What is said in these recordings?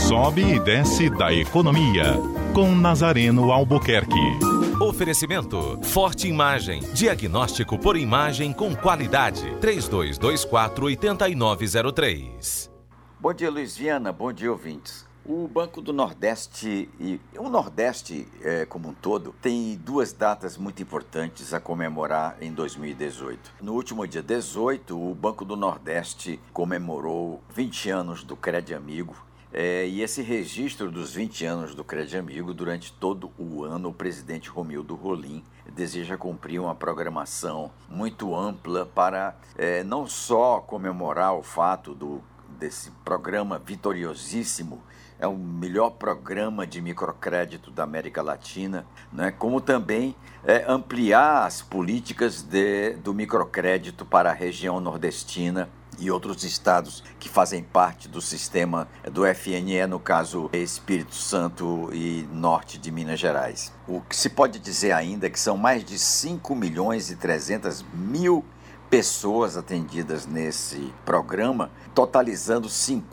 sobe e desce da economia, com Nazareno Albuquerque. Oferecimento Forte Imagem, diagnóstico por imagem com qualidade, 3224-8903. Bom dia, Luiz Viana, bom dia, ouvintes. O Banco do Nordeste e o Nordeste como um todo tem duas datas muito importantes a comemorar em 2018. No último dia 18, o Banco do Nordeste comemorou 20 anos do Crédito Amigo. E esse registro dos 20 anos do Crédito Amigo, durante todo o ano, o presidente Romildo Rolim deseja cumprir uma programação muito ampla para não só comemorar o fato desse programa vitoriosíssimo, é o melhor programa de microcrédito da América Latina, né? Como também ampliar as políticas do microcrédito para a região nordestina e outros estados que fazem parte do sistema do FNE, no caso Espírito Santo e norte de Minas Gerais. O que se pode dizer ainda é que são mais de 5.300.000 pessoas atendidas nesse programa, totalizando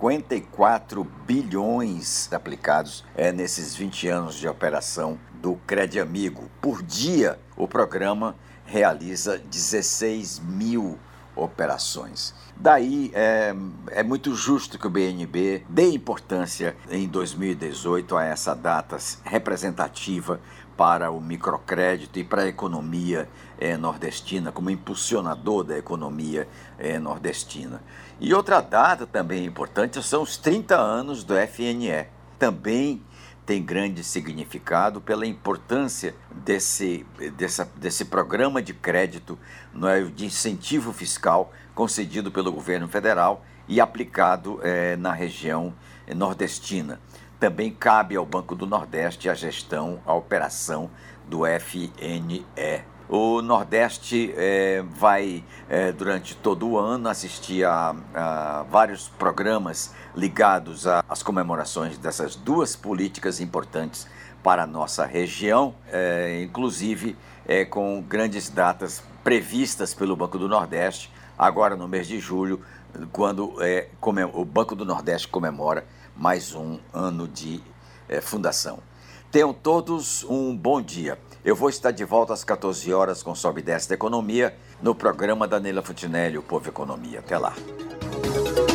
54 bilhões aplicados nesses 20 anos de operação do Crédito Amigo. Por dia, o programa realiza 16 mil operações. Daí é muito justo que o BNB dê importância em 2018 a essa data representativa para o microcrédito e para a economia nordestina, como impulsionador da economia nordestina. E outra data também importante são os 30 anos do FNE. Também tem grande significado pela importância desse programa de crédito, de incentivo fiscal concedido pelo governo federal e aplicado na região nordestina. Também cabe ao Banco do Nordeste a operação do FNE. O Nordeste vai, durante todo o ano, assistir a vários programas ligados às comemorações dessas duas políticas importantes para a nossa região, inclusive com grandes datas previstas pelo Banco do Nordeste, agora no mês de julho, quando o Banco do Nordeste comemora mais um ano de fundação. Tenham todos um bom dia. Eu vou estar de volta às 14 horas com Sobe e Desce da Economia, no programa da Neila Fontinelli, o Povo Economia. Até lá.